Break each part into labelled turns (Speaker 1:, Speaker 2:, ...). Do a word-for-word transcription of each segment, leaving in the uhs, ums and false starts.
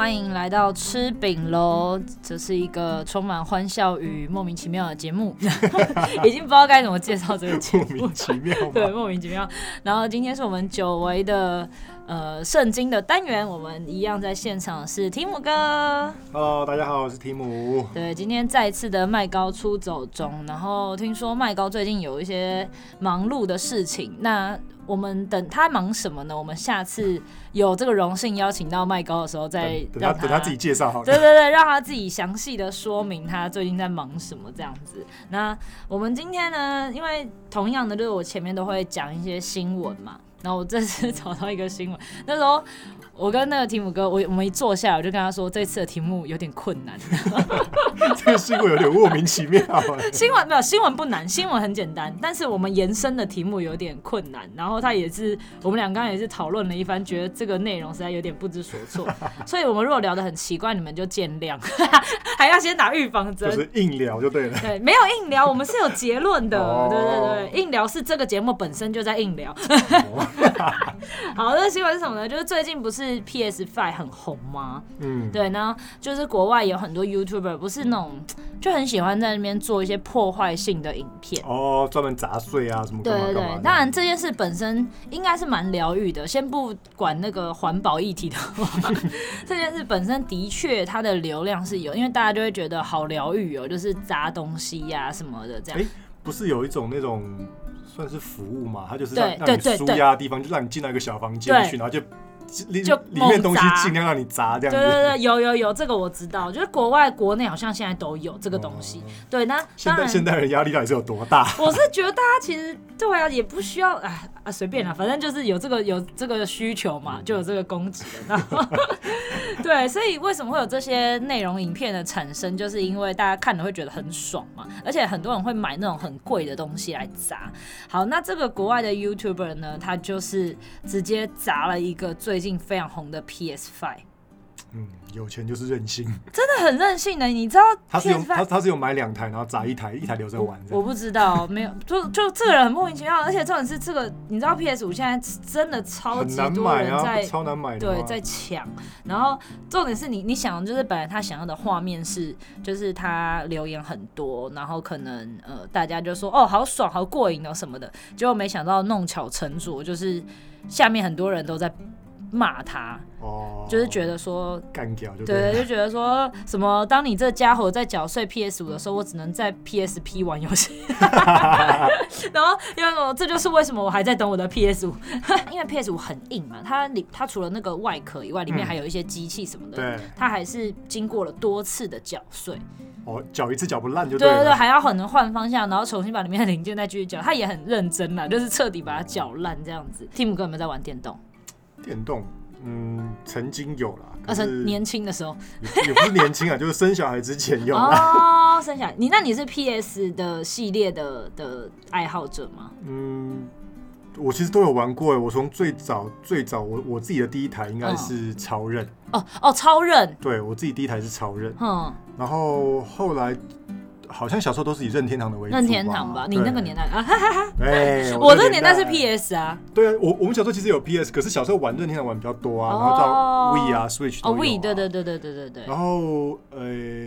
Speaker 1: 欢迎来到吃饼喽！这是一个充满欢笑与莫名其妙的节目，已经不知道该怎么介绍这个节目，
Speaker 2: 莫名其妙吗？
Speaker 1: 对，莫名其妙。然后今天是我们久违的呃圣经的单元，我们一样在现场是提姆哥。
Speaker 2: Hello， 大家好，我是提姆。
Speaker 1: 对，今天再次的麦高出走中，然后听说麦高最近有一些忙碌的事情，那我们等他忙什么呢？我们下次有这个荣幸邀请到麦高的时候，再让他
Speaker 2: 等他等他自己介绍好了。
Speaker 1: 对对对，让他自己详细的说明他最近在忙什么这样子。那我们今天呢，因为同样的，就是我前面都会讲一些新闻嘛，然后我这次找到一个新闻，那时候我跟那个提姆哥，我我们一坐下来，我就跟他说，这次的题目有点困难。
Speaker 2: 这个新闻有点莫名其妙。
Speaker 1: 新闻没有，新闻不难，新闻很简单，但是我们延伸的题目有点困难。然后他也是，我们俩刚刚也是讨论了一番，觉得这个内容实在有点不知所措。所以我们如果聊得很奇怪，你们就见谅，还要先打预防针，
Speaker 2: 就是硬聊就对了。对，
Speaker 1: 没有硬聊，我们是有结论的。
Speaker 2: 哦、
Speaker 1: 对对对，硬聊是这个节目本身就在硬聊。好，这个新闻是什么呢？就是最近不是 P S 五 很红吗？嗯，对，然后就是国外有很多 YouTuber 不是那种就很喜欢在那边做一些破坏性的影片
Speaker 2: 哦，专门砸碎啊什么干嘛干嘛。对对对，
Speaker 1: 当然这件事本身应该是蛮疗愈的，先不管那个环保议题的话，这件事本身的确它的流量是有，因为大家就会觉得好疗愈哦，就是砸东西呀、啊、什么的这样。
Speaker 2: 欸，不是有一种那种算是服务嘛？它就是让让你舒压的地方，就让你进到一个小房间去，然后就。里, 就里面东西尽量让你砸这样子。
Speaker 1: 对对对，有有有，这个我知道，就是国外国内好像现在都有这个东西。哦、对，那
Speaker 2: 现代现代人压力到底是有多大？
Speaker 1: 我是觉得大家其实对啊，也不需要啊啊随便啦，反正就是有这个有这个需求嘛，就有这个供给了。对，所以为什么会有这些内容影片的产生，就是因为大家看了会觉得很爽嘛，而且很多人会买那种很贵的东西来砸。好，那这个国外的 YouTuber 呢，他就是直接砸了一个最最近非常红的 P S 五，
Speaker 2: 嗯，有钱就是任性，
Speaker 1: 真的很任性的。你知道
Speaker 2: 他是有 他, 他是有买两台，然后砸一台，一台留着玩。
Speaker 1: 我不知道，没有，就就这个人很莫名其妙，而且重点是这个，你知道 P S 五 现在真的超级多人在，
Speaker 2: 啊、超难买的，
Speaker 1: 对，在抢。然后重点是你你想，就是本来他想要的画面是，就是他留言很多，然后可能呃大家就说哦好爽好过瘾哦什么的，结果没想到弄巧成拙，就是下面很多人都在骂他，哦，就是觉得说
Speaker 2: 干掉就对了，
Speaker 1: 对，就觉得说什么，当你这家伙在缴税 P S 五 的时候，我只能在 P S P 玩游戏。然后因为这就是为什么我还在等我的 P S 五，因为 P S 五 很硬嘛，它它除了那个外壳以外，里面还有一些机器什么的，嗯、它还是经过了多次的缴税。
Speaker 2: 哦，搅一次搅不烂就对了。
Speaker 1: 对对对，还要可能换方向，然后重新把里面的零件再继续搅。他也很认真啦，就是彻底把它搅烂这样子。Tim 哥有没有在玩电动？
Speaker 2: 电动，嗯，曾经有啦，
Speaker 1: 可是年轻的时候
Speaker 2: 也，也不是年轻啊，就是生小孩之前有啦。
Speaker 1: 哦，生小孩，你那你是 P S 的系列的的爱好者吗？
Speaker 2: 嗯，我其实都有玩过诶。我从最早最早我我自己的第一台应该是超任。
Speaker 1: 哦哦，超任。
Speaker 2: 对，我自己第一台是超任。嗯。然后后来。好像小时候都是以任天堂的为主吧。
Speaker 1: 任天堂吧，你那个年代啊，哈哈哈。
Speaker 2: 哎，
Speaker 1: 我这个年代是 P S 啊。
Speaker 2: 对啊，我我们小时候其实有 P S， 可是小时候玩任天堂玩比较多啊，哦、然后到 Wii 啊 ，Switch 都有、啊。哦 ，Wii，
Speaker 1: 对对对对对对对。
Speaker 2: 然后呃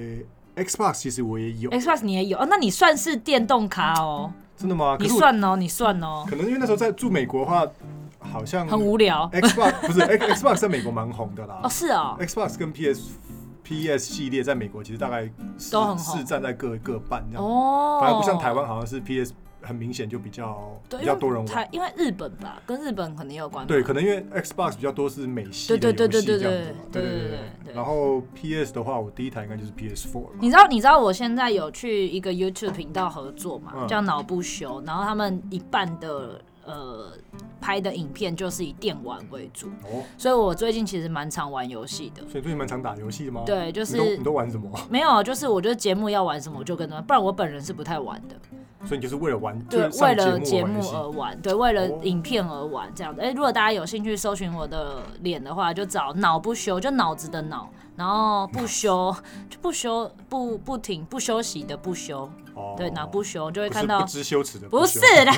Speaker 2: ，Xbox 其实我也有。
Speaker 1: Xbox 你也有哦，那你算是电动咖哦。
Speaker 2: 真的吗？
Speaker 1: 你算哦，你算哦。
Speaker 2: 可能因为那时候在住美国的话，好像
Speaker 1: 很无聊。
Speaker 2: Xbox 不是 Xbox 在美国蛮红的啦。
Speaker 1: 哦，是哦。
Speaker 2: Xbox 跟 P S。P S 系列在美国其实大概
Speaker 1: 都很红，
Speaker 2: 市占在各各半这样，哦，反而不像台湾，好像是 P S 很明显就比较比较多人玩，
Speaker 1: 因为日本吧，跟日本可能有关。
Speaker 2: 对，可能因为 Xbox 比较多是美系的游戏这样子，对对对对对对对。然后 P S 的话，我第一台应该就是 P S 四。
Speaker 1: 你知道你知道我现在有去一个 YouTube 频道合作嘛，嗯、叫脑不休，然后他们一半的。呃，拍的影片就是以电玩为主，哦，所以我最近其实蛮常玩游戏的。
Speaker 2: 所以最近蛮常打游戏的吗？
Speaker 1: 对，就是
Speaker 2: 你 都, 你都玩什么？
Speaker 1: 没有，就是我觉得节目要玩什么我就跟着玩，不然我本人是不太玩的。
Speaker 2: 所以你就是为了玩，
Speaker 1: 对，为了节目而玩，对，为了影片而玩这样的。哎，如果大家有兴趣搜寻我的脸的话，就找脑不休，就脑子的脑， 然后不休就不休不不停不休息的不休，哦、对，然后不休就会看到
Speaker 2: 不知羞耻的
Speaker 1: 不是的，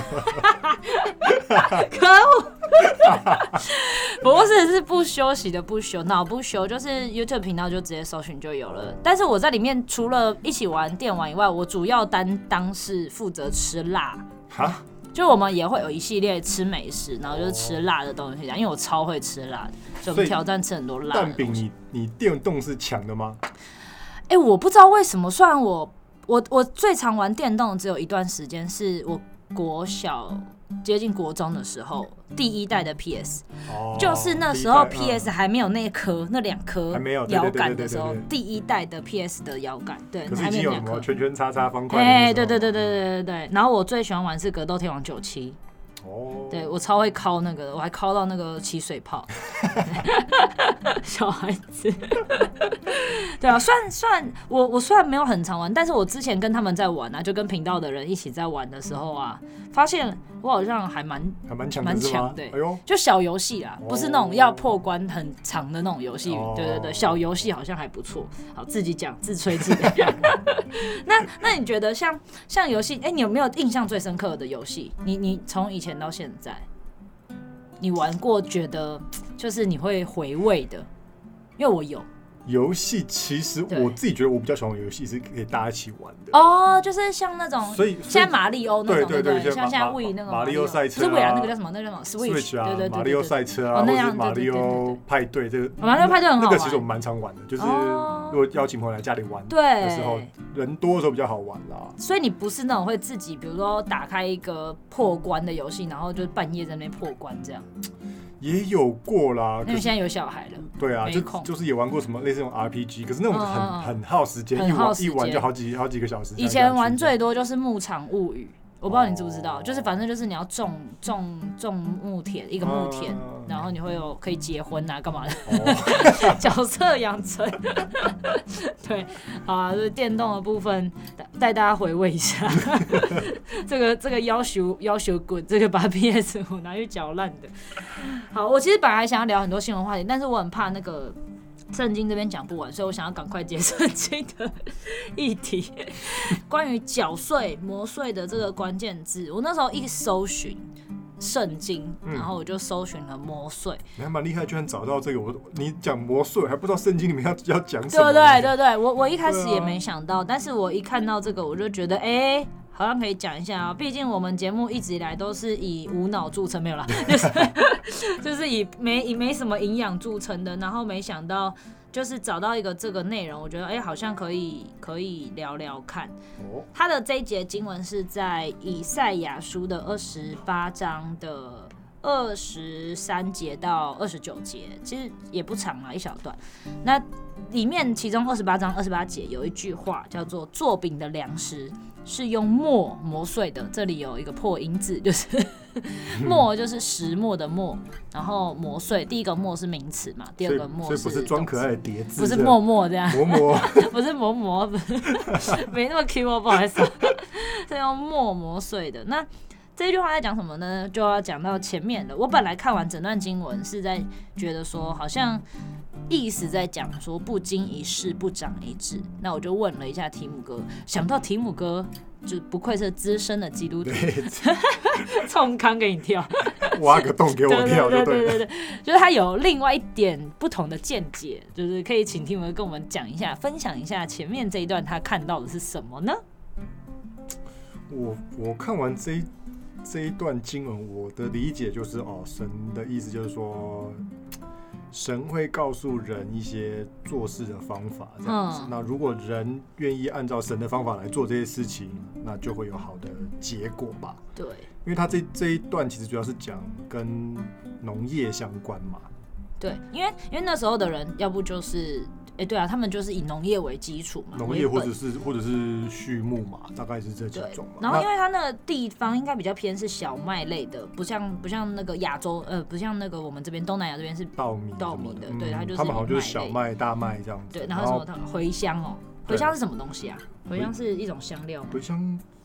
Speaker 1: 可恶，不是是不休息的不休，脑不休就是 YouTube 频道就直接搜寻就有了。但是我在里面除了一起玩电玩以外，我主要担当是负责吃辣。
Speaker 2: 哈？
Speaker 1: 就我们也会有一系列吃美食，然后就是吃辣的东西，因为我超会吃辣的，所以我们挑战吃很多辣的。
Speaker 2: 蛋饼你你电动是强的吗？
Speaker 1: 哎、欸，我不知道为什么，虽然我我我最常玩电动只有一段时间，是我国小接近国中的时候，第一代的 P S，、哦、就是那时候 P S 还没有那颗、嗯、那两颗摇杆的时候，第一代的 P S 的摇杆，对，
Speaker 2: 可是已经有什么圈圈叉叉方块？
Speaker 1: 哎、欸，对对对对对对对。然后我最喜欢玩是格斗天王九七。哦，对我超会敲那个，我还敲到那个起水泡，小孩子。对啊，虽然虽然我我虽然没有很常玩，但是我之前跟他们在玩啊，就跟频道的人一起在玩的时候啊，发现我好像还蛮
Speaker 2: 还蛮强的，
Speaker 1: 蛮强的、欸。
Speaker 2: 哎呦，
Speaker 1: 就小游戏啊，不是那种要破关很长的那种游戏。哦、对对对，小游戏好像还不错。好，自己讲，自吹自擂。那那你觉得像像游戏，哎、欸，你有没有印象最深刻的游戏？你你从以前到现在，你玩过觉得就是你会回味的？因为我有。
Speaker 2: 游戏其实我自己觉得我比较喜欢游戏是可以大家一起玩的
Speaker 1: 哦，就是像那种，
Speaker 2: 所以
Speaker 1: 现在马里欧那种，
Speaker 2: 对对对，
Speaker 1: 像现在 Wii 那种
Speaker 2: 马里奥赛车、啊，
Speaker 1: 不是 Wii 啊，那个叫什么？那个叫什么
Speaker 2: ？Switch 啊，
Speaker 1: 对对对，
Speaker 2: 马里奥赛车啊，或者马里奥派对这个，
Speaker 1: 马里奥派对很好玩，
Speaker 2: 那个其实我们蛮常玩的，就是如果邀请朋友来家里玩的时候，人多的时候比较好玩啦。
Speaker 1: 所以你不是那种会自己，比如说打开一个破关的游戏，然后就半夜在那边破关这样。
Speaker 2: 也有过啦，
Speaker 1: 因为现在有小孩了。
Speaker 2: 对啊，就就是也玩过什么类似那种 R P G， 可是那种很、嗯、很耗时间，一玩一玩就好几好几个小时。
Speaker 1: 以前玩最多就是《牧场物语》，我不知道你知不知道，哦、就是反正就是你要种种种木田，一个木田，嗯、然后你会有可以结婚啊，干嘛的？哦、角色养成。对，好啊，就是电动的部分带大家回味一下。这个这个要求要求滚，这个把 P S 五拿去搅烂的。好，我其实本来还想要聊很多新闻话题，但是我很怕那个圣经这边讲不完，所以我想要赶快接圣经的议题。关于缴税、磨税的这个关键字，我那时候一搜寻圣经，然后我就搜寻了磨税。
Speaker 2: 你还蛮厉害，居然找到这个。我你讲磨税，还不知道圣经里面要要讲什么。
Speaker 1: 对对对对，我我一开始也没想到，啊、但是我一看到这个，我就觉得，哎、欸。好像可以讲一下啊，毕竟我们节目一直以来都是以无脑著称，没有啦，就是就是以没以没什么营养著称的，然后没想到就是找到一个这个内容，我觉得哎、欸，好像可以可以聊聊看。哦，他的这一节经文是在以赛亚书的二十八章的二十三节到二十九节，其实也不长啊，一小段。那里面其中二十八章二十八节有一句话叫做“做饼的粮食是用磨磨碎的”，这里有一个破音字，就是磨就是石磨的磨，然后磨碎。第一个磨是名词嘛，第二个磨是
Speaker 2: 所以不是装可爱的叠字，
Speaker 1: 不是默默这样，
Speaker 2: 磨磨
Speaker 1: 不是磨磨，没那么 Q 哦，不好意思，是用磨磨碎的。那这句话在讲什么呢？就要讲到前面的。我本来看完整段经文是在觉得说，好像意思在讲说不经一事不长一智。那我就问了一下提姆哥，想不到提姆哥就不愧是资深的基督徒，冲康给你跳，
Speaker 2: 挖个洞给我跳，
Speaker 1: 对对对对对，就是他有另外一点不同的见解，就是可以请提姆哥跟我们讲一下，分享一下前面这一段他看到的是什么呢？
Speaker 2: 我我看完这一。这一段经文，我的理解就是哦，神的意思就是说，神会告诉人一些做事的方法，这样子。嗯、那如果人愿意按照神的方法来做这些事情，那就会有好的结果吧。
Speaker 1: 对，
Speaker 2: 因为他这这一段其实主要是讲跟农业相关嘛。
Speaker 1: 对，因为因为那时候的人，要不就是。哎、欸，对啊，他们就是以农业为基础嘛，
Speaker 2: 农业或者是或者是畜牧嘛，大概是这几种嘛。
Speaker 1: 然后因为它那个地方应该比较偏是小麦类的，不像不像那个亚洲，呃，不像那个我们这边东南亚这边是
Speaker 2: 稻米
Speaker 1: 稻米的，对，它就是
Speaker 2: 他们好像就是小麦、大麦这样子。
Speaker 1: 对，然后什么茴香哦，茴香是什么东西啊？茴香是一种香料吗？
Speaker 2: 茴香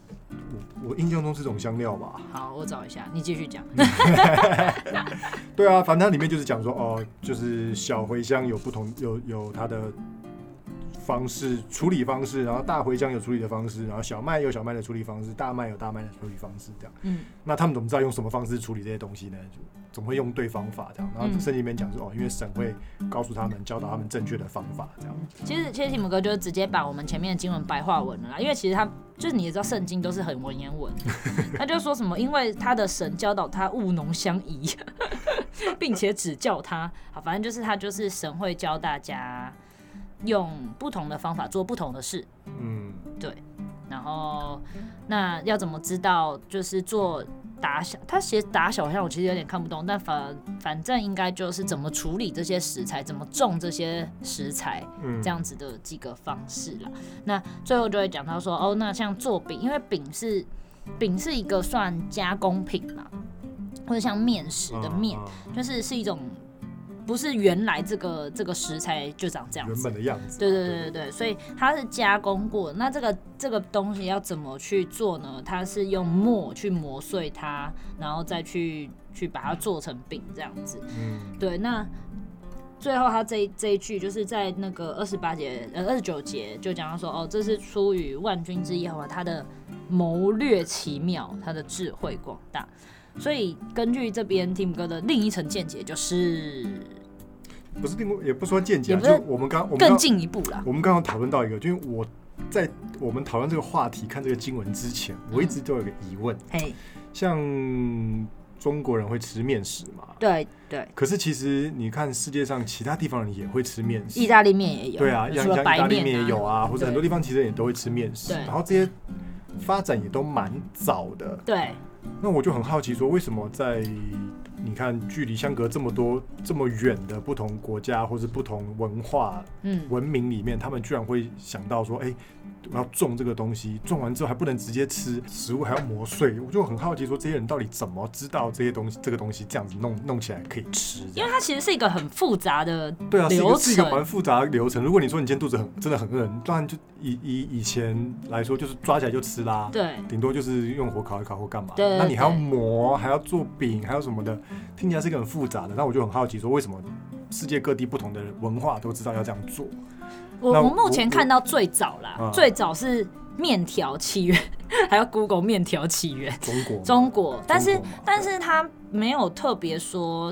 Speaker 2: 我我印象中是种香料吧。
Speaker 1: 好，我找一下，你继续讲。
Speaker 2: 对啊，反正它里面就是讲说，哦，就是小茴香有不同，有有它的方式处理方式，然后大茴香有处理的方式，然后小麦有小麦的处理方式，大麦有大麦的处理方式，这样。嗯。那他们怎么知道用什么方式处理这些东西呢？就怎么会用对方法这样？然后圣经里面讲说，哦，因为神会告诉他们，教导他们正确的方法，这样。
Speaker 1: 其实，其实提姆哥就是直接把我们前面的经文白话文了啦，因为其实他就是你也知道，圣经都是很文言文，他就说什么，因为他的神教导他务农相宜，并且指教他，好，反正就是他就是神会教大家用不同的方法做不同的事，嗯，对。然后那要怎么知道就是做打小，他写打小像我其实有点看不懂，但反反正应该就是怎么处理这些食材，怎么种这些食材，嗯、这样子的几个方式啦。那最后就会讲到说，哦，那像做饼，因为饼是饼是一个算加工品嘛，或者像面食的面，嗯、就是是一种。不是原来这个这个食材就长这样子，
Speaker 2: 原本的样子。
Speaker 1: 对对对对对，所以它是加工过。那这个这个东西要怎么去做呢？它是用磨去磨碎它，然后再去去把它做成饼这样子。嗯，对。那最后他这一这一句就是在那个二十八节呃二十九节就讲到说，哦，这是出于万军之耶和华他的谋略奇妙，他的智慧广大。所以根据这边 Tim 哥的另一层见解，就是
Speaker 2: 不是另也不说见解，就我们刚
Speaker 1: 更进一步啦。
Speaker 2: 我们刚刚讨论到一个，就是我在我们讨论这个话题、看这个经文之前，我一直都有一个疑问。嗯、像中国人会吃面食嘛？
Speaker 1: 对对。
Speaker 2: 可是其实你看世界上其他地方人也会吃面食，
Speaker 1: 意大利面也有。
Speaker 2: 对啊，像意大利面也有啊，或者很多地方其实也都会吃面食。然后这些发展也都蛮早的。
Speaker 1: 对。
Speaker 2: 那我就很好奇说，为什么在你看距离相隔这么多、这么远的不同国家或是不同文化、嗯、文明里面，他们居然会想到说，哎、欸，我要种这个东西，种完之后还不能直接吃，食物还要磨碎。我就很好奇说，这些人到底怎么知道这些东西、这个东西这样子弄弄起来可以吃？
Speaker 1: 因为它其实是一个很复杂的流程，
Speaker 2: 对啊，是一个是一个蛮复杂的流程。如果你说你今天肚子很真的很饿，当然就以以以前来说，就是抓起来就吃啦，
Speaker 1: 对，
Speaker 2: 顶多就是用火烤一烤或干嘛。对，那你还要磨，还要做饼，还有什么的，听起来是一个很复杂的。那我就很好奇说，为什么世界各地不同的文化都知道要这样做？
Speaker 1: 我我目前看到最早啦，嗯、最早是面条起源，还要 Google 面条起源，
Speaker 2: 中国，
Speaker 1: 中国，但是但是他没有特别说，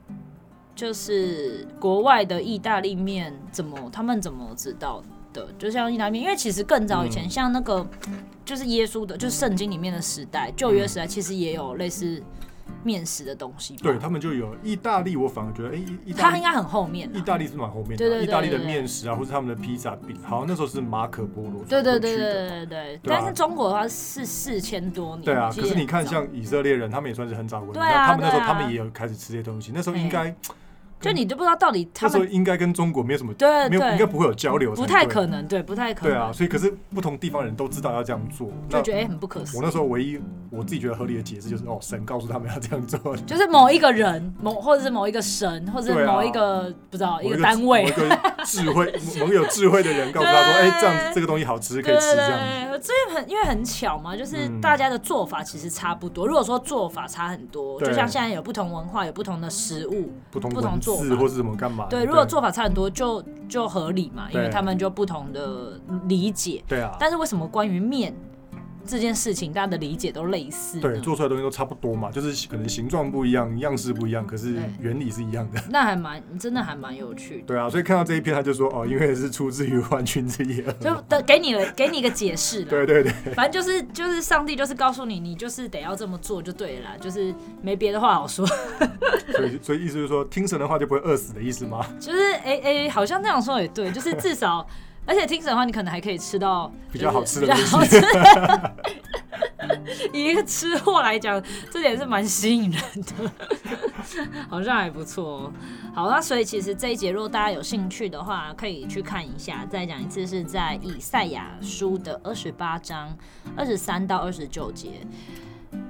Speaker 1: 就是国外的意大利面怎么他们怎么知道的？就像意大利面，因为其实更早以前，嗯、像那个就是耶稣的，就是圣经里面的时代，旧约时代，其实也有类似面食的东西吧。
Speaker 2: 对，他们就有意大利，我反而觉得，哎、欸，意大利
Speaker 1: 它应该很后面。
Speaker 2: 意大利是蛮后面的，
Speaker 1: 对对对对对，
Speaker 2: 意大利的面食啊，或是他们的披萨饼，好像那时候是马可波罗
Speaker 1: 对对对对对对对。但是中国的话是四千多年。
Speaker 2: 对啊，可是你看，像以色列人，他们也算是很早文明，啊、他们那时候他们也有开始吃这些东西，那时候应该。
Speaker 1: 就你都不知道到底他们
Speaker 2: 那时候应该跟中国没有什么，
Speaker 1: 对
Speaker 2: 对，应该不会有交流，
Speaker 1: 不太可能，对，不太可能。
Speaker 2: 对啊，所以可是不同地方人都知道要这样做，
Speaker 1: 就觉得、欸、很不可思议。
Speaker 2: 我那时候唯一我自己觉得合理的解释就是，哦，神告诉他们要这样做，
Speaker 1: 就是某一个人，某或者是某一个神，或者是某一个、啊、不知道一个单位，
Speaker 2: 某一个智慧，某有智慧的人告诉他说，哎、欸，这样子这个东西好吃，可以吃这样子。
Speaker 1: 这很因为很巧嘛，就是大家的做法其实差不多。嗯、如果说做法差很多，就像现在有不同文化，有不同的食物，
Speaker 2: 不同
Speaker 1: 不同做
Speaker 2: 法或是什么干嘛。
Speaker 1: 对，如果做法差很多就，就就合理嘛，因为他们就不同的理解。
Speaker 2: 对啊。
Speaker 1: 但是为什么关于面这件事情，大家的理解都类似？
Speaker 2: 对，做出来的东西都差不多嘛，就是可能形状不一样，样式不一样，可是原理是一样的。
Speaker 1: 那还蛮，真的还蛮有趣的。
Speaker 2: 对啊，所以看到这一篇，他就说哦，因为是出自于万军之耶，
Speaker 1: 就给你了，给你一个解释。
Speaker 2: 对对对，
Speaker 1: 反正就是就是上帝就是告诉你，你就是得要这么做就对了啦，就是没别的话好说。
Speaker 2: 所以所以意思就是说，听神的话就不会饿死的意思吗？
Speaker 1: 就是哎哎、欸欸，好像这样说也对，就是至少。而且听神的话，你可能还可以吃到、就是、
Speaker 2: 比较好吃的东西。
Speaker 1: 比较好吃的以一个吃货来讲，这点是蛮吸引人的，好像还不错、哦。好，那所以其实这一节，如果大家有兴趣的话，可以去看一下。再讲一次，是在以赛亚书的二十八章二十三到二十九节。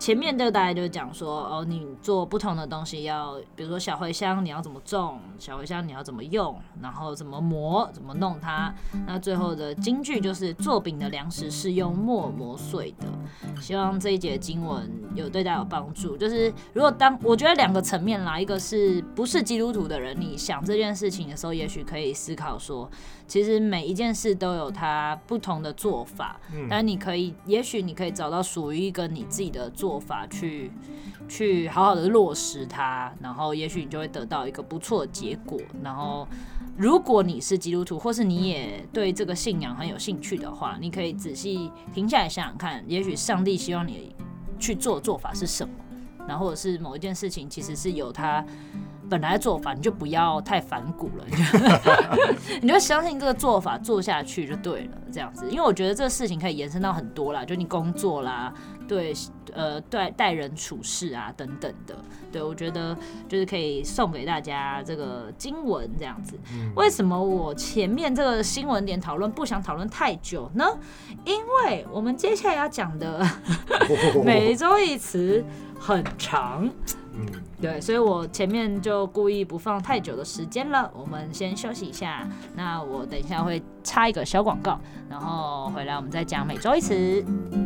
Speaker 1: 前面的大概就是讲说，哦，你做不同的东西要，比如说小茴香你要怎么种，小茴香你要怎么用，然后怎么磨，怎么弄它。那最后的金句就是做饼的粮食是用磨磨碎的。希望这一节经文有对大家有帮助。就是如果当我觉得两个层面啦，一个是不是基督徒的人，你想这件事情的时候，也许可以思考说，其实每一件事都有它不同的做法，嗯、但你可以，也许你可以找到属于一个你自己的做法去，去好好的落实它，然后也许你就会得到一个不错的结果。然后，如果你是基督徒，或是你也对这个信仰很有兴趣的话，你可以仔细停下来想想看，也许上帝希望你去做的做法是什么，然后或者是某一件事情其实是有它本来的做法，你就不要太反骨了，你就, 你就相信这个做法做下去就对了，这样子。因为我觉得这个事情可以延伸到很多啦，就你工作啦，对，呃，对，待人处事啊等等的。对，我觉得就是可以送给大家这个经文这样子。嗯、为什么我前面这个新闻点讨论不想讨论太久呢？因为我们接下来要讲的每周一词很长。嗯，对，所以我前面就故意不放太久的时间了，我们先休息一下。那我等一下会插一个小广告，然后回来我们再讲每周一词。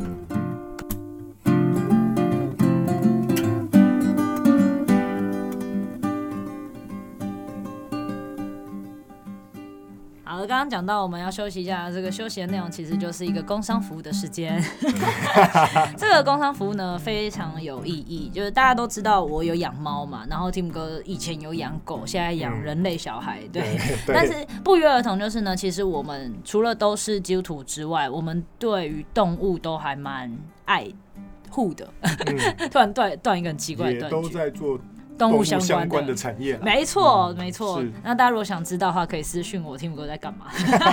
Speaker 1: 好，刚刚讲到我们要休息一下，这个休息的内容其实就是一个工商服务的时间。这个工商服务呢非常有意义，就是大家都知道我有养猫嘛，然后 Tim 哥以前有养狗，现在养人类小孩，对。对，但是不约而同就是呢，其实我们除了都是基督徒之外，我们对于动物都还蛮爱护的。嗯、突然断断一个很奇怪的断句，
Speaker 2: 也都在做
Speaker 1: 动物相
Speaker 2: 关,
Speaker 1: 关
Speaker 2: 的产业，
Speaker 1: 没错、嗯、没错。那大家如果想知道的话，可以私讯我 ，Tim 哥在干嘛？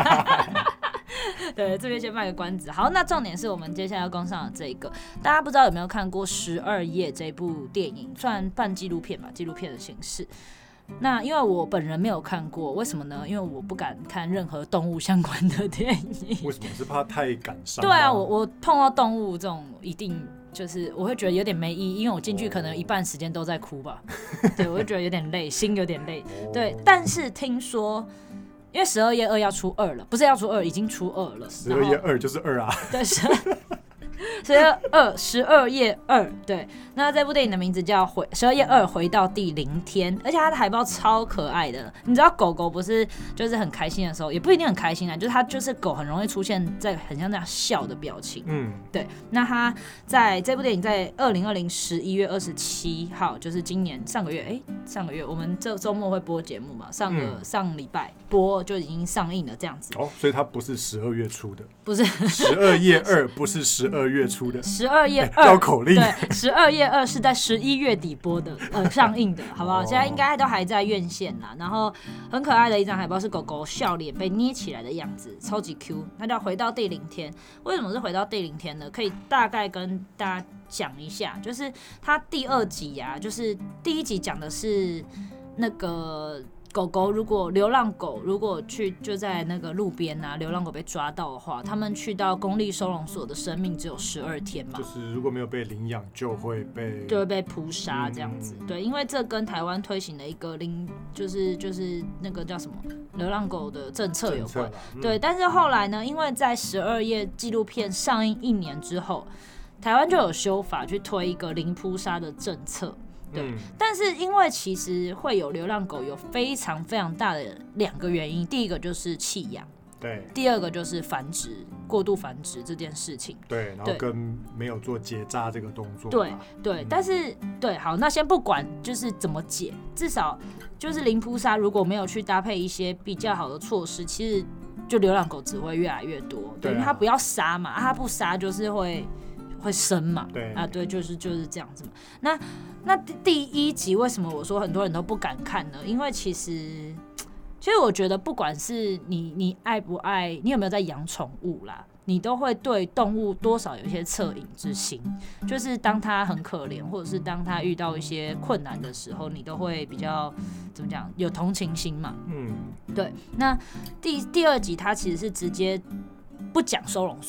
Speaker 1: 对，这边先卖个关子。好，那重点是我们接下来要攻上的这个，大家不知道有没有看过《十二夜》这部电影，算半纪录片吧，纪录片的形式。那因为我本人没有看过，为什么呢？因为我不敢看任何动物相关的电影。
Speaker 2: 为什么？是怕太感伤？
Speaker 1: 对啊，我我碰到动物这种一定。就是我会觉得有点没意义，因为我进去可能有一半时间都在哭吧，对，我会觉得有点累，心有点累，对。但是听说，因为十二夜二要出二了，不是要出二，已经出二了。
Speaker 2: 十二夜二就是二啊，
Speaker 1: 对，是。十二二十二夜二，对，那这部电影的名字叫《十二夜二回到第零天》，而且它的海报超可爱的。你知道狗狗不是就是很开心的时候，也不一定很开心啊，就是它就是狗很容易出现在很像那样笑的表情。嗯，对。那它在这部电影在二零二零十一月二十七号，就是今年上个月，哎、欸，上个月我们这周末会播节目嘛？上个、嗯、上礼拜播就已经上映了，这样子。
Speaker 2: 哦，所以它不是十二月出的，
Speaker 1: 不是
Speaker 2: 十二夜二，不是十二月出的。
Speaker 1: 十二夜二
Speaker 2: 绕口令，
Speaker 1: 对，十二夜二是在十一月底播的，呃，上映的，好不好？现在应该都还在院线啦。然后很可爱的一张海报是狗狗笑脸被捏起来的样子，超级 Q。它叫回到第零天，为什么是回到第零天呢？可以大概跟大家讲一下，就是它第二集啊，就是第一集讲的是那个。狗狗如果流浪狗如果去就在那个路边啊，流浪狗被抓到的话，他们去到公立收容所的生命只有十二天嘛，
Speaker 2: 就是如果没有被领养就会被
Speaker 1: 就会被扑杀这样子。嗯、对，因为这跟台湾推行的一个领就是就是那个叫什么流浪狗的政策有关。嗯、对，但是后来呢，因为在十二夜纪录片上映一年之后，台湾就有修法去推一个零扑杀的政策。对，嗯、但是因为其实会有流浪狗有非常非常大的两个原因，第一个就是弃养，
Speaker 2: 对，
Speaker 1: 第二个就是繁殖，过度繁殖这件事情，
Speaker 2: 对，然后跟没有做结扎这个动作，
Speaker 1: 对对，嗯、但是对，好，那先不管就是怎么解，至少就是零扑杀如果没有去搭配一些比较好的措施，其实就流浪狗只会越来越多，对，因为它不要杀嘛，它不杀就是会。会生嘛？
Speaker 2: 对
Speaker 1: 啊，对，就是就是这样子嘛。那那第一集为什么我说很多人都不敢看呢？因为其实，其实我觉得不管是你你爱不爱，你有没有在养宠物啦，你都会对动物多少有一些恻隐之心。就是当它很可怜，或者是当它遇到一些困难的时候，你都会比较怎么讲，有同情心嘛。嗯，对。那第第二集它其实是直接不讲收容所了。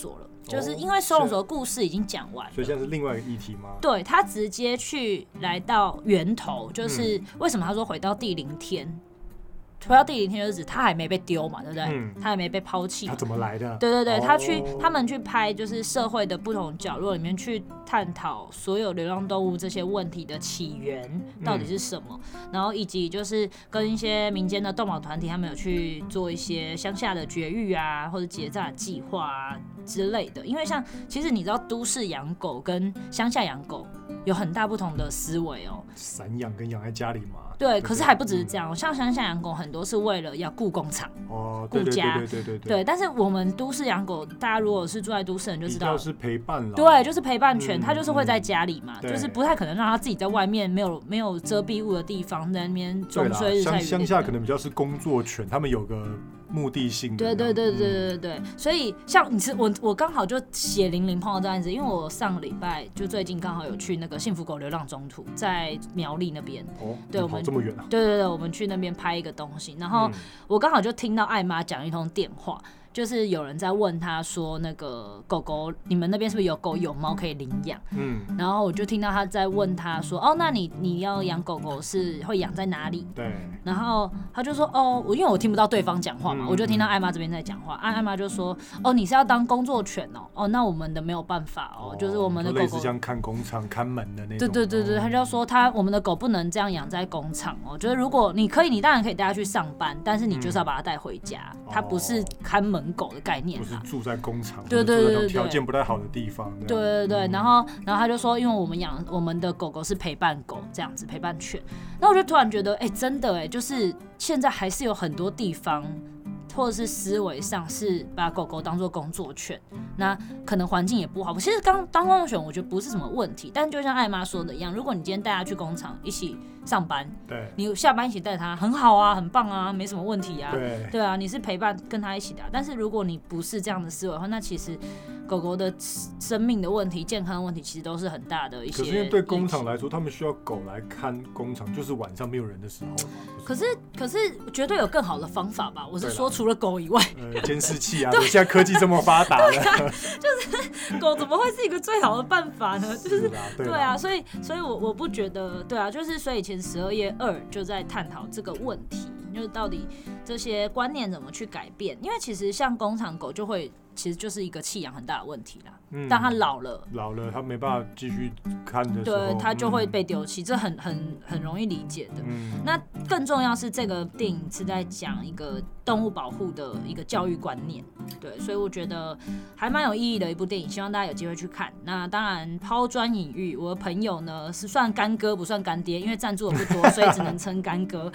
Speaker 1: 就是因为收容所的故事已经讲完了，
Speaker 2: 所以现在是另外一个议题吗？
Speaker 1: 对，他直接去来到源头，就是为什么他说回到第零天。回到第零天就是指他还没被丢嘛，对不对？嗯、他还没被抛弃。
Speaker 2: 他怎么来的？
Speaker 1: 对对对，哦、他去他们去拍，就是社会的不同角落里面去探讨所有流浪动物这些问题的起源到底是什么，嗯、然后以及就是跟一些民间的动保团体，他们有去做一些乡下的绝育啊，或者结扎计划啊之类的。因为像其实你知道，都市养狗跟乡下养狗有很大不同的思维哦。
Speaker 2: 散养跟养在家里嘛。
Speaker 1: 对，可是还不只是这样，像乡下养狗很多是为了要顾工厂、
Speaker 2: 哦，
Speaker 1: 顾家，
Speaker 2: 对对对对对
Speaker 1: 对。但是我们都市养狗，大家如果是住在都市人就知道，
Speaker 2: 是陪伴了。
Speaker 1: 对，就是陪伴犬，它、嗯、就是会在家里嘛，
Speaker 2: 嗯、
Speaker 1: 就是不太可能让它自己在外面没有没有遮蔽物的地方在那边终衰日晒雨淋。
Speaker 2: 乡下可能比较是工作犬，他们有个目的性的。
Speaker 1: 对对对对对对、嗯、所以像你是我我刚好就血淋淋碰到这样子，因为我上个礼拜就最近刚好有去那个幸福狗流浪中途，在苗栗那边。
Speaker 2: 哦，
Speaker 1: 对，我们
Speaker 2: 这么远啊？
Speaker 1: 对对对，我们去那边拍一个东西，然后我刚好就听到艾妈讲一通电话。就是有人在问他说，那个狗狗，你们那边是不是有狗有猫可以领养？嗯，然后我就听到他在问他说，哦，那你你要养狗狗是会养在哪里？
Speaker 2: 对。
Speaker 1: 然后他就说，哦，我因为我听不到对方讲话嘛，嗯、我就听到艾妈这边在讲话。艾艾妈就说，哦，你是要当工作犬哦，哦，那我们的没有办法哦，哦就是我们的狗狗
Speaker 2: 类似像看工厂、看门的那种。
Speaker 1: 对对对对，他就说他我们的狗不能这样养在工厂哦，就是如果你可以，你当然可以带它去上班，但是你就是要把它带回家，嗯、它不是看门狗的概念。
Speaker 2: 不是住在工厂，
Speaker 1: 对对对对，
Speaker 2: 条件不太好的地方。
Speaker 1: 对对对，嗯、然后然后他就说，因为我们养我们的狗狗是陪伴狗这样子，陪伴犬。那我就突然觉得，哎、欸，真的哎、欸，就是现在还是有很多地方。或者是思维上是把狗狗当作工作犬，那可能环境也不好。其实刚当工作犬我觉得不是什么问题，但就像艾妈说的一样，如果你今天带它去工厂一起上班，
Speaker 2: 对，
Speaker 1: 你下班一起带它，很好啊，很棒啊，没什么问题啊，
Speaker 2: 对，
Speaker 1: 对啊，你是陪伴跟它一起的、啊。但是如果你不是这样的思维的话，那其实狗狗的生命的问题、健康的问题，其实都是很大的一些。
Speaker 2: 可是因为对工厂来说，他们需要狗来看工厂，就是晚上没有人的时候嘛。
Speaker 1: 可是可是绝对有更好的方法吧？我是说，除了狗以外，
Speaker 2: 呃，监视器啊，现在科技这么发达了，
Speaker 1: 啊、就是狗怎么会是一个最好的办法呢？就是
Speaker 2: 是、啊、对,
Speaker 1: 对啊，所以所以我我不觉得对啊，就是所以其实十二夜二就在探讨这个问题，就是到底这些观念怎么去改变？因为其实像工厂狗就会。其实就是一个弃养很大的问题啦。嗯，当它老了，
Speaker 2: 老了它没办法继续看的时候，
Speaker 1: 对，它就会被丢弃，嗯、这很很很容易理解的。嗯，那更重要是这个电影是在讲一个动物保护的一个教育观念，对，所以我觉得还蛮有意义的一部电影，希望大家有机会去看。那当然抛砖引玉，我的朋友呢是算干哥不算干爹，因为赞助的不多，所以只能称干哥。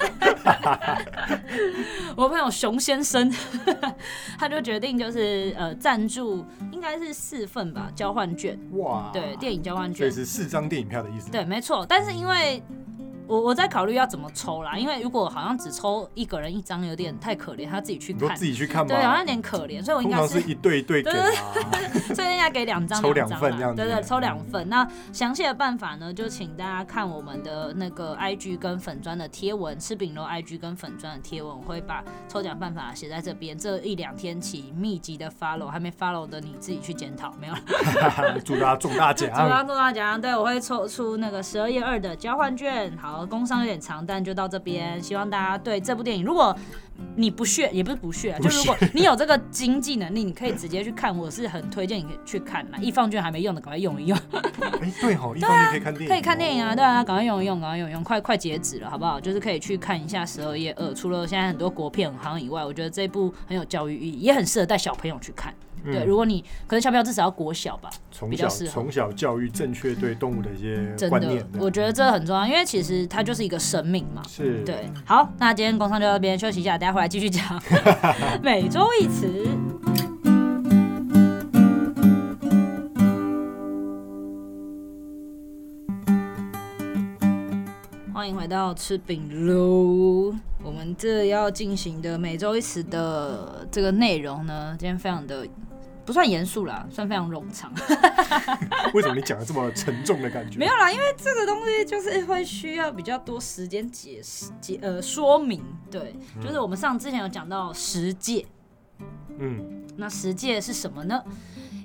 Speaker 1: 我朋友熊先生，他就决定就是呃赞助，应该是四份吧，交换券。哇，对，电影交换券，
Speaker 2: 所以是四张电影票的意思。
Speaker 1: 对，没错。但是因为我我在考虑要怎么抽啦，因为如果好像只抽一个人一张，有点太可怜，他自己去看，
Speaker 2: 自己去看吗？
Speaker 1: 对，好像有点可怜，所以我应该是
Speaker 2: 通常是一对一对给啊，
Speaker 1: 所以应该给两张，
Speaker 2: 抽两份这样子，
Speaker 1: 对对，抽两份。那详细的办法呢，就请大家看我们的那个 I G 跟粉专的贴文，吃饼肉 I G 跟粉专的贴文，我会把抽奖办法写在这边。这一两天起密集的 follow， 还没 follow 的你自己去检讨，没有？
Speaker 2: 祝大家中大奖！祝
Speaker 1: 大家中大奖！对，我会抽出那个十二夜二的交换券。好，工商有点长，但就到这边。希望大家对这部电影，如果你不屑，也不是不屑，就如果你有这个经济能力，你可以直接去看，我是很推荐你去看啦。一放券还没用的，赶快用一用。
Speaker 2: 哎、欸，对吼，一放券可以看电影、
Speaker 1: 啊，可以看电影啊，对啊，赶快用一用，赶快用一用，快快截止了，好不好？就是可以去看一下《十二夜二》，除了现在很多国片很夯以外，我觉得这部很有教育意义，也很适合带小朋友去看。嗯、对，如果你可能小朋友至少要国小吧，比较适合
Speaker 2: 从小教育正确对动物的一些观念。
Speaker 1: 真的，我觉得这很重要，因为其实它就是一个生命嘛。
Speaker 2: 是，
Speaker 1: 对。好，那今天工商就到这边休息一下，等一下回来继续讲每周一词。欢迎回到吃饼喽！我们这要进行的每周一词的这个内容呢，今天非常的不算严肃啦，算非常冗长。
Speaker 2: 为什么你讲的这么沉重的感觉？
Speaker 1: 没有啦，因为这个东西就是会需要比较多时间解释、解呃说明。对，嗯、就是我们上之前有讲到十戒，嗯，那十戒是什么呢？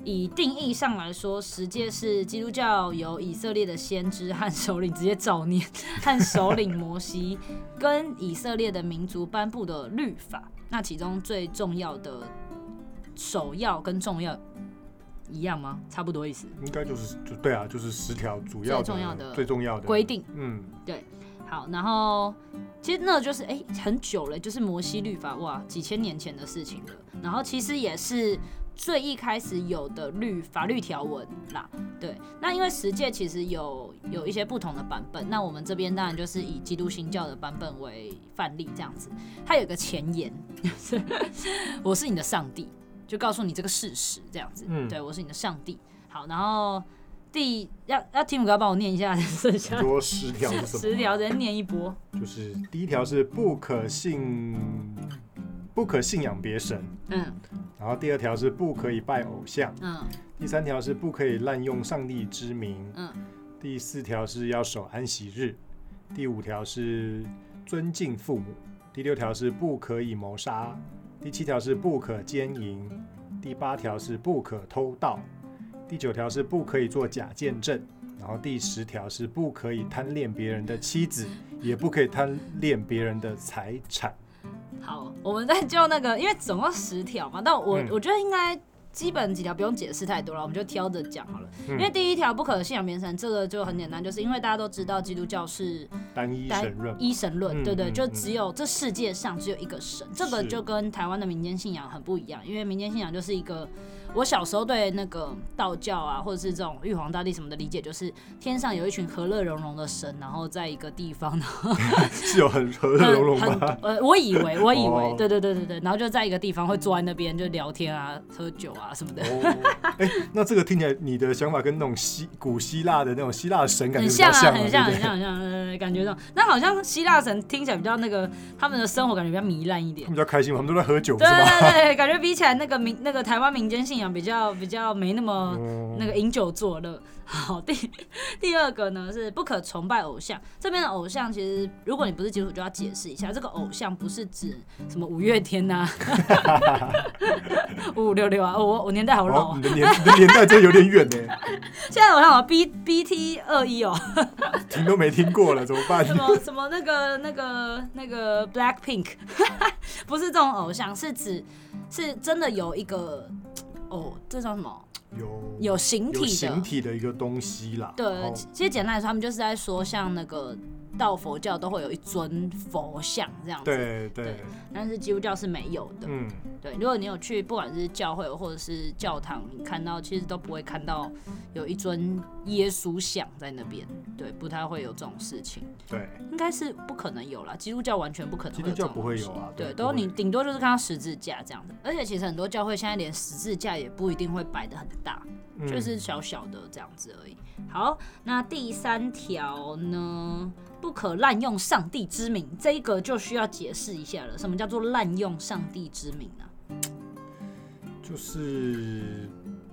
Speaker 1: 以定义上来说，十诫是基督教由以色列的先知和首领直接照念和首领摩西跟以色列的民族颁布的律法。那其中最重要的首要跟重要一样吗？差不多意思。
Speaker 2: 应该就是就对啊，就是十条主要的
Speaker 1: 最重要的
Speaker 2: 最重要的
Speaker 1: 规定。
Speaker 2: 嗯，
Speaker 1: 对。好，然后其实那就是哎、欸、很久了，就是摩西律法，哇，几千年前的事情了。然后其实也是最一开始有的律法律条文啦。对，那因为十诫其实有有一些不同的版本，那我们这边当然就是以基督新教的版本为范例这样子。它有一个前言，我是你的上帝，就告诉你这个事实这样子。嗯，对，我是你的上帝。好，然后。第要要提姆哥帮我念一下，剩下
Speaker 2: 说十条是什么？
Speaker 1: 十条人念一波。
Speaker 2: 就是第一条是不可信，不可信仰别神。嗯。然后第二条是不可以拜偶像。嗯。第三条是不可以滥用上帝之名。嗯。第四条是要守安息日。第五条是尊敬父母。第六条是不可以谋杀。第七条是不可奸淫。第八条是不可偷盗。第九条是不可以做假见证，然后第十条是不可以贪恋别人的妻子，也不可以贪恋别人的财产。
Speaker 1: 好，我们再就那个，因为总共十条嘛，但我、嗯、我觉得应该基本几条不用解释太多了，我们就挑着讲好了。嗯、因为第一条不可信仰别神，这个就很简单，就是因为大家都知道基督教是
Speaker 2: 单一神论，
Speaker 1: 一神论，嗯、对对，就只有这世界上只有一个神，这个就跟台湾的民间信仰很不一样，因为民间信仰就是一个。我小时候对那个道教啊，或者是这种玉皇大帝什么的理解，就是天上有一群和乐融融的神，然后在一个地方，然后
Speaker 2: 是有很和乐融融吗？
Speaker 1: 呃，我以为，我以为，哦、对对对对对，然后就在一个地方会坐在那边就聊天啊、喝酒啊什么的。哦，
Speaker 2: 欸、那这个听起来你的想法跟那种西古希腊的那种希腊的神感觉
Speaker 1: 很像啊，
Speaker 2: 很
Speaker 1: 像很像很像，呃，感觉上，那好像希腊神听起来比较那个，他们的生活感觉比较糜烂一点，
Speaker 2: 他们比较开心嘛，他们都在喝酒，
Speaker 1: 对
Speaker 2: 是吧？
Speaker 1: 对对对，感觉比起来那个民那个台湾民间信仰。比较比较没那么那个饮酒作乐。好，第第二个呢是不可崇拜偶像。这边的偶像其实，如果你不是基督徒，就要解释一下，这个偶像不是指什么五月天呐、啊，五五六六啊，我我年代好老、啊
Speaker 2: 哦，你的年你的年代真的有点远呢。
Speaker 1: 现在偶像好 B B T 二一哦，
Speaker 2: 听都没听过了，怎么办？
Speaker 1: 什么什么那个那个那个 Black Pink， 不是这种偶像，是指是真的有一个。哦，这叫什么？
Speaker 2: 有
Speaker 1: 有形体的，有
Speaker 2: 形体的一个东西啦。
Speaker 1: 对，其实简单来说，他们就是在说，像那个道佛教都会有一尊佛像这样子。
Speaker 2: 对 对, 对。
Speaker 1: 但是基督教是没有的。嗯。对，如果你有去，不管是教会或者是教堂，你看到其实都不会看到有一尊耶稣像在那边。对，不太会有这种事情。
Speaker 2: 对。
Speaker 1: 应该是不可能有啦，基督教完全不可能会有这种东西。
Speaker 2: 基督教不会有啊。
Speaker 1: 对，都你顶多就是看到十字架这样的。而且其实很多教会现在连十字架也不一定会摆得很大。嗯、就是小小的这样子而已。好，那第三条呢？不可滥用上帝之名，这一个就需要解释一下了。什么叫做滥用上帝之名呢、啊？
Speaker 2: 就是，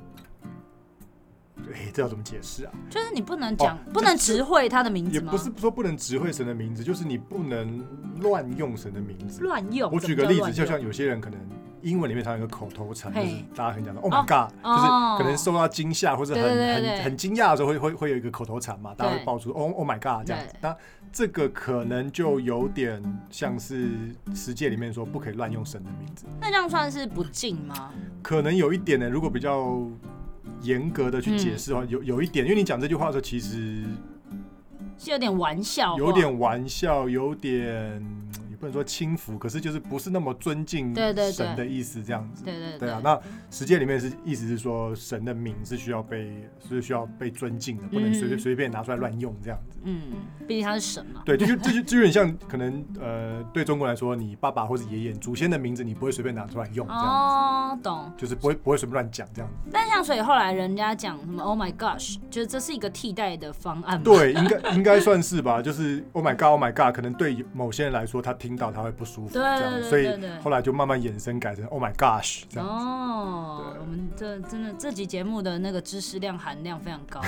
Speaker 2: 哎，这要怎么解释啊？
Speaker 1: 就是你不能讲、哦，不能直会他的名字吗？
Speaker 2: 也不是说不能直会神的名字，就是你不能乱用神的名字。
Speaker 1: 乱用。
Speaker 2: 我举个例子，就像有些人可能。英文里面常有一个口头禅，就是大家很讲的 ，Oh my God，、哦、就是可能受到惊吓或者很
Speaker 1: 对对对
Speaker 2: 很很惊讶的时候会，会会有一个口头禅嘛，大家会爆出 Oh Oh my God 这样子。那这个可能就有点像是十诫里面说不可以乱用神的名字。
Speaker 1: 那这样算是不敬吗？
Speaker 2: 可能有一点呢，如果比较严格的去解释的话，嗯、有有一点，因为你讲这句话的时候，其实
Speaker 1: 是有点玩笑，
Speaker 2: 有点玩笑，有点。不能说轻浮，可是就是不是那么尊敬神的意思，这样子。
Speaker 1: 对对 对,
Speaker 2: 对, 对啊，那十诫里面是意思是说，神的名是需要被是需要被尊敬的，不能随随便拿出来乱用这样子。嗯，
Speaker 1: 毕竟他是神嘛。
Speaker 2: 对，就就就就有点像可能呃，对中国来说，你爸爸或者爷爷祖先的名字，你不会随便拿出来用。这样子
Speaker 1: 哦，懂。
Speaker 2: 就是不会不会随便乱讲这样子。
Speaker 1: 但像所以后来人家讲什么 Oh my gosh， 就是这是一个替代的方案。
Speaker 2: 对，应该应该算是吧。就是 Oh my God Oh my God， 可能对某些人来说，他听到他会不舒服，
Speaker 1: 对对对对对，
Speaker 2: 所以后来就慢慢衍生改成 Oh my gosh 这样子。
Speaker 1: 哦，我们这真的这集节目的那个知识量含量非常高。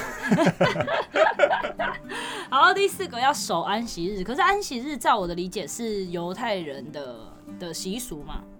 Speaker 1: 好，第四个要守安息日，可是安息日照我的理解是犹太人的的习俗嘛。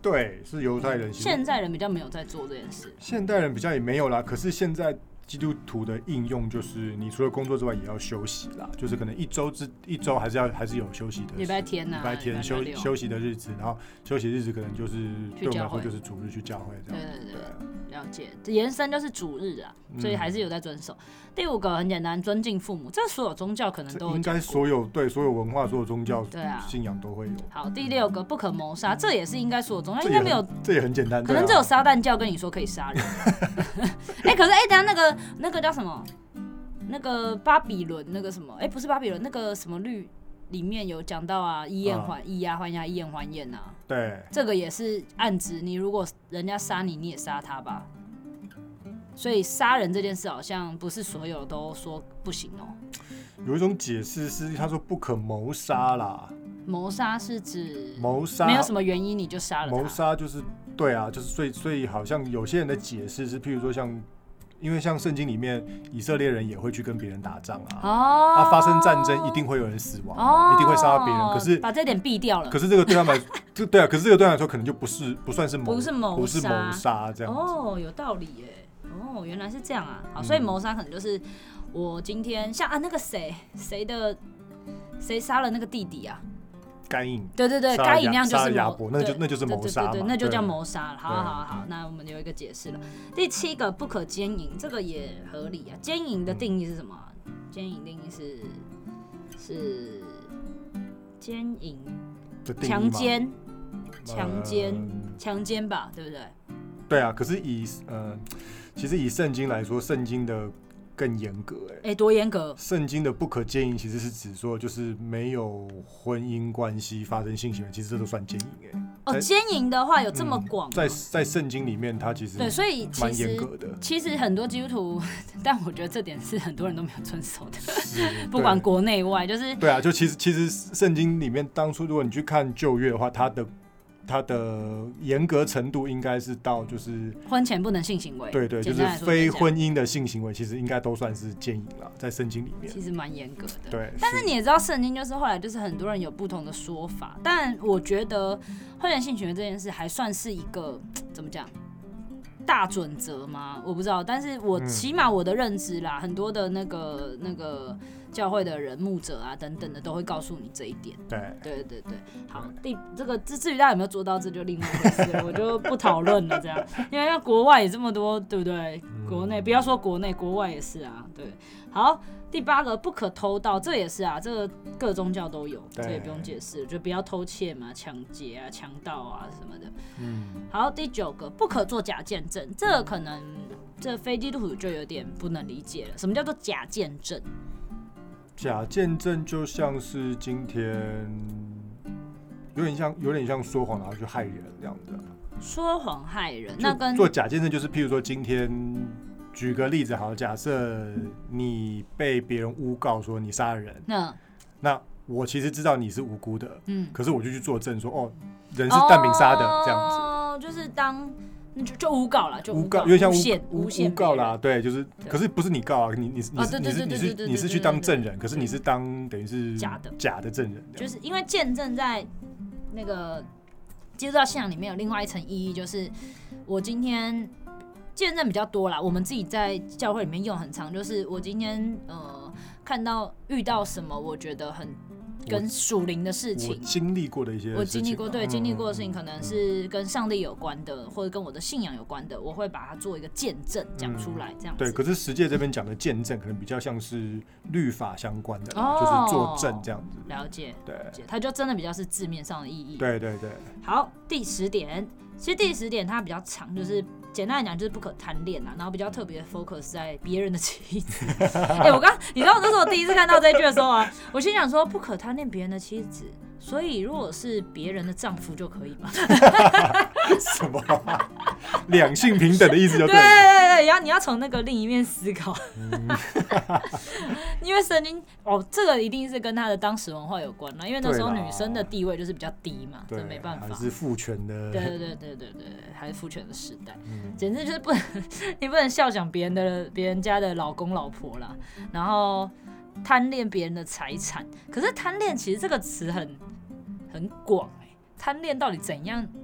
Speaker 2: 对，是犹太人。
Speaker 1: 现在人比较没有在做这件事，
Speaker 2: 现代人比较也没有啦。可是现在基督徒的应用就是，你除了工作之外，也要休息啦。就是可能一周之一周还是要还是有休息的，
Speaker 1: 礼拜天呐、啊，
Speaker 2: 礼拜天休休息的日子，然后休息日子可能就是对我们来说就是主日去教会这样。
Speaker 1: 对对 对, 对，了解。延伸就是主日啊，所以还是有在遵守。嗯、第五个很简单，尊敬父母，这所有宗教可能都有，
Speaker 2: 应该所有对所有文化、所有宗教
Speaker 1: 对啊
Speaker 2: 信仰都会有。
Speaker 1: 好，第六个不可谋杀，这也是应该所有宗教应该没有，
Speaker 2: 这也很简单，
Speaker 1: 可能只有撒旦教跟你说可以杀人。哎、欸，可是哎、欸，等一下那个那个叫什么？那个巴比伦那个什么？哎、欸，不是巴比伦，那个什么律里面有讲到啊，以眼还以牙还牙，以眼还眼啊。
Speaker 2: 对，
Speaker 1: 这个也是暗指你如果人家杀你，你也杀他吧。所以杀人这件事好像不是所有都说不行哦。
Speaker 2: 有一种解释是他说不可谋杀啦。
Speaker 1: 谋杀是指
Speaker 2: 谋杀
Speaker 1: 没有什么原因你就杀了他。
Speaker 2: 谋杀就是对啊，就是所以所以好像有些人的解释是，譬如说像。因为像圣经里面，以色列人也会去跟别人打仗啊，哦、啊，发生战争一定会有人死亡，哦、一定会杀到别人。可是
Speaker 1: 把这点避掉了。
Speaker 2: 可是这个对他们，这对啊，可是这个对他们来说可能就不是不算是谋，
Speaker 1: 不是谋
Speaker 2: 不是谋杀这样子。
Speaker 1: 哦，有道理耶。哦，原来是这样啊。好，所以谋杀可能就是我今天像啊那个谁谁的谁杀了那个弟弟啊。
Speaker 2: 该隐，
Speaker 1: 对对对，该隐那样就是
Speaker 2: 谋，那就那就是谋杀嘛，
Speaker 1: 对对对，那就叫谋杀了。好好好好，那我们有一个解释了。第七个不可奸淫，这个也合理啊。奸淫的定义是什么？奸淫定义是是奸淫，强奸，强奸，强奸吧，对不对？
Speaker 2: 对啊，可是以呃，其实以圣经来说，圣经的。更严格哎、欸，
Speaker 1: 哎、欸，多严格！
Speaker 2: 圣经的不可奸淫其实是指说，就是没有婚姻关系发生性行为，其实这都算奸淫哎、
Speaker 1: 欸。哦，奸淫的话有这么广、嗯？
Speaker 2: 在在圣经里面，它其实
Speaker 1: 对，所以
Speaker 2: 蛮严格的。
Speaker 1: 其实很多基督徒，但我觉得这点是很多人都没有遵守的，不管国内外，就是
Speaker 2: 对啊，就其实其实圣经里面当初如果你去看旧约的话，它的。它的严格程度应该是到就是
Speaker 1: 婚前不能性行为，
Speaker 2: 对对，就是非婚姻的性行为，其实应该都算是奸淫啦，在圣经里面，
Speaker 1: 其实蛮严格的。
Speaker 2: 对，
Speaker 1: 但是你也知道，圣经就是后来就是很多人有不同的说法，但我觉得婚前性行为这件事还算是一个怎么讲大准则吗？我不知道，但是我起码我的认知啦，嗯、很多的那个那个。教会的人、牧者啊等等的都会告诉你这一点。
Speaker 2: 对，
Speaker 1: 对对对。好，第这个至于大家有没有做到，这就另外一回事了，我就不讨论了。这样，因为像国外也这么多，对不对？嗯、国内不要说国内，国外也是啊。对，好，第八个不可偷盗，这也是啊，这个各宗教都有，这也不用解释，就不要偷窃嘛、抢劫啊、强盗啊什么的。嗯。好，第九个不可做假见证，这个可能这非基督徒就有点不能理解了。什么叫做假见证？
Speaker 2: 假见证就像是今天有点像有点像说谎然后去害人这样子。
Speaker 1: 说谎害人，那跟
Speaker 2: 做假见证就是譬如说今天举个例子好，假设你被别人诬告说你杀了人，那那我其实知道你是无辜的，嗯，可是我就去作证说哦人是蛋饼杀的、哦、这样子，
Speaker 1: 哦，就是当。就就诬告啦，就诬告，
Speaker 2: 有点像
Speaker 1: 诬
Speaker 2: 诬告啦，对，就是，可是不是你告啊，你你你是你是你是你是去当证人，可是你是当等于是
Speaker 1: 假的
Speaker 2: 假的证人，
Speaker 1: 就是因为见证在那个基督教信仰里面有另外一层意义，就是我今天见证比较多啦，我们自己在教会里面用很常，就是我今天呃看到遇到什么，我觉得很。跟属灵的事情，
Speaker 2: 我经历过的一些事情、啊，
Speaker 1: 我经历过，对，经历过的事情可能是跟上帝有关的，或者跟我的信仰有关的，我会把它做一个见证讲出来，这样子。
Speaker 2: 对，可是十诫这边讲的见证，可能比较像是律法相关的，哦、就是作证这样子。
Speaker 1: 了解，
Speaker 2: 对，
Speaker 1: 了解，它就真的比较是字面上的意义。
Speaker 2: 对对对。
Speaker 1: 好，第十点，其实第十点它比较长，就是简单来讲就是不可贪恋啦，然后比较特别 focus 在别人的妻子。哎、欸，我刚，你知道那是我第一次看到这一句的时候啊，我心想说不可贪恋别人的妻子，所以如果是别人的丈夫就可以吗？
Speaker 2: 什么、啊？两性平等的意思就对了。
Speaker 1: 对对对，然后你要从那个另一面思考，嗯、因为圣经哦，这个一定是跟他的当时文化有关啦，因为那时候女生的地位就是比较低嘛，这没办法，
Speaker 2: 还是父权的。
Speaker 1: 对对对对对对，还是父权的时代，嗯、简直就是不能，你不能笑想别人的别人家的老公老婆啦，然后贪恋别人的财产。可是贪恋其实这个词很很广哎、欸，贪恋到底怎样？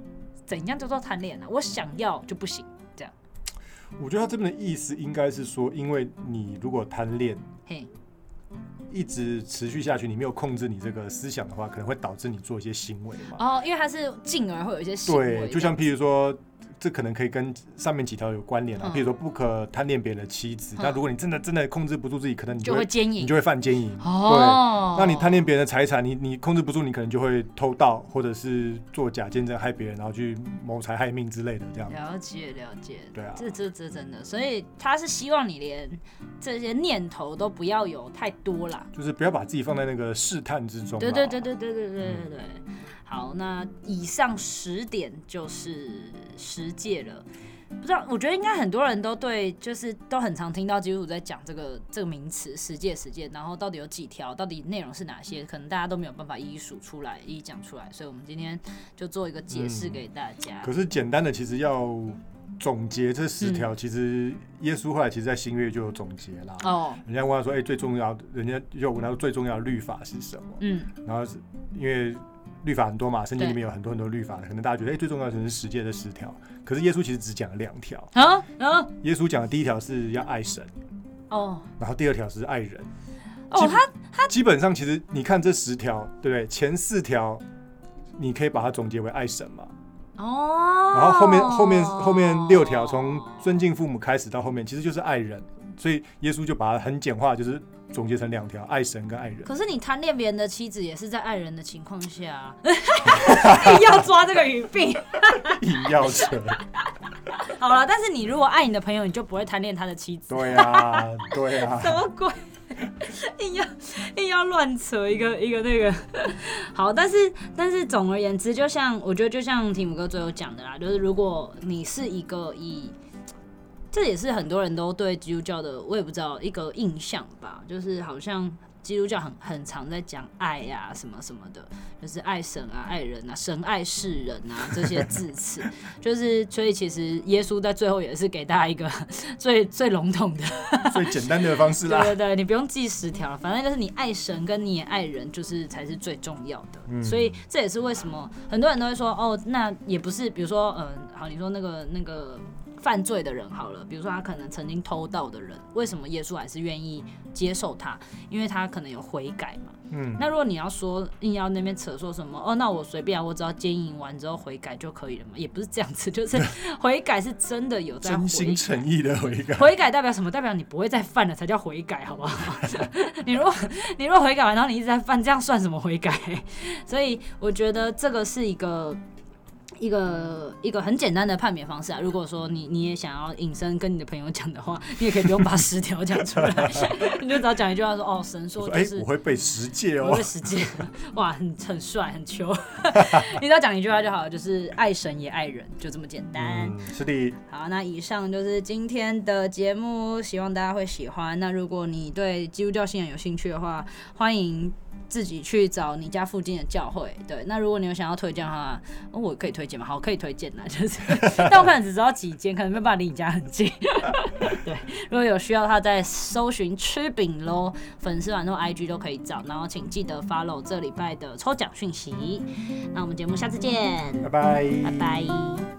Speaker 1: 怎样叫做贪恋啊？我想要就不行，这样。
Speaker 2: 我觉得他这边的意思应该是说，因为你如果贪恋，
Speaker 1: 嘿，
Speaker 2: 一直持续下去，你没有控制你这个思想的话，可能会导致你做一些行为嘛。
Speaker 1: 哦，因为它是进而会有一些行为。
Speaker 2: 对，就像譬如说。这可能可以跟上面几条有关联啊，嗯、比如说不可贪恋别人的妻子。那、嗯、如果你真的真的控制不住自己，可能你就会, 就会奸淫，你就会犯奸淫。哦，对，那你贪恋别人的财产，你你控制不住，你可能就会偷盗，或者是做假见证害别人，然后去谋财害命之类的这样。
Speaker 1: 了解了解，
Speaker 2: 对啊，
Speaker 1: 这这这真的，所以他是希望你连这些念头都不要有太多啦，
Speaker 2: 就是不要把自己放在那个试探之中。
Speaker 1: 对对对对对对对对对。嗯好，那以上十点就是十戒了。不知道，我觉得应该很多人都对，就是都很常听到基督徒在讲这个这个名词十戒十戒，然后到底有几条，到底内容是哪些，可能大家都没有办法一一数出来，一一讲出来。所以我们今天就做一个解释给大家、嗯。
Speaker 2: 可是简单的，其实要总结这十条、嗯，其实耶稣后来其实在新约就有总结啦。哦，人家问他说：“哎、欸，最重要，人家就问他说最重要的律法是什么？”嗯，然后因为。律法很多嘛，圣经里面有很多很多律法，可能大家觉得、欸、最重要的是十戒的十条，可是耶稣其实只讲了两条。啊啊！耶稣讲的第一条是要爱神，哦，然后第二条是爱人。哦，他他基本上其实你看这十条，对不对？前四条你可以把它总结为爱神嘛。哦。然后后面后面后面六条，从尊敬父母开始到后面，其实就是爱人，所以耶稣就把它很简化，就是。总结成两条，爱神跟爱人。
Speaker 1: 可是你贪恋别人的妻子，也是在爱人的情况下、啊，硬要抓这个语病，
Speaker 2: 硬要扯。
Speaker 1: 好了，但是你如果爱你的朋友，你就不会贪恋他的妻子。
Speaker 2: 对啊，对啊。
Speaker 1: 什么鬼？硬要硬要乱扯一个一个那个。好，但是但是总而言之，就像我觉得，就像提姆哥最后讲的啦，就是如果你是一个以这也是很多人都对基督教的，我也不知道一个印象吧，就是好像基督教很很常在讲爱呀、啊、什么什么的，就是爱神啊、爱人啊、神爱世人啊这些字词，就是所以其实耶稣在最后也是给大家一个最最笼统的、
Speaker 2: 最简单的方式啦。
Speaker 1: 对对对，你不用记十条，反正就是你爱神跟你也爱人，就是才是最重要的。嗯、所以这也是为什么很多人都会说，哦，那也不是，比如说，嗯，好，你说那个那个。犯罪的人好了，比如说他可能曾经偷盗的人，为什么耶稣还是愿意接受他？因为他可能有悔改嘛。嗯。那如果你要说硬要那边扯说什么哦，那我随便啊，我只要奸淫完之后悔改就可以了嘛？也不是这样子，就是悔改是真的有在悔改，
Speaker 2: 真心诚意的悔改。
Speaker 1: 悔改代表什么？代表你不会再犯了才叫悔改，好不好？你如果你如果悔改完，然后你一直在犯，这样算什么悔改？所以我觉得这个是一个。一个一个很简单的判别方式啊，如果说你你也想要隐身跟你的朋友讲的话，你也可以不用把十条讲出来，你就只要讲一句话说哦，神说就是、
Speaker 2: 欸、我会背十戒哦，
Speaker 1: 我会十戒，哇，很很帅很秋，你只要讲一句话就好了，就是爱神也爱人，就这么简单。
Speaker 2: 嗯，是的。
Speaker 1: 好，那以上就是今天的节目，希望大家会喜欢。那如果你对基督教信仰有兴趣的话，欢迎。自己去找你家附近的教会，对。那如果你有想要推荐的话，哦、我可以推荐吗？好，可以推荐啦，就是，但我可能只知道几间，可能没办法离你家很近。对，如果有需要的话，再搜寻吃饼咯，粉丝团或 I G 都可以找。然后请记得 follow 这礼拜的抽奖讯息。那我们节目下次见，
Speaker 2: 拜拜，
Speaker 1: 拜拜。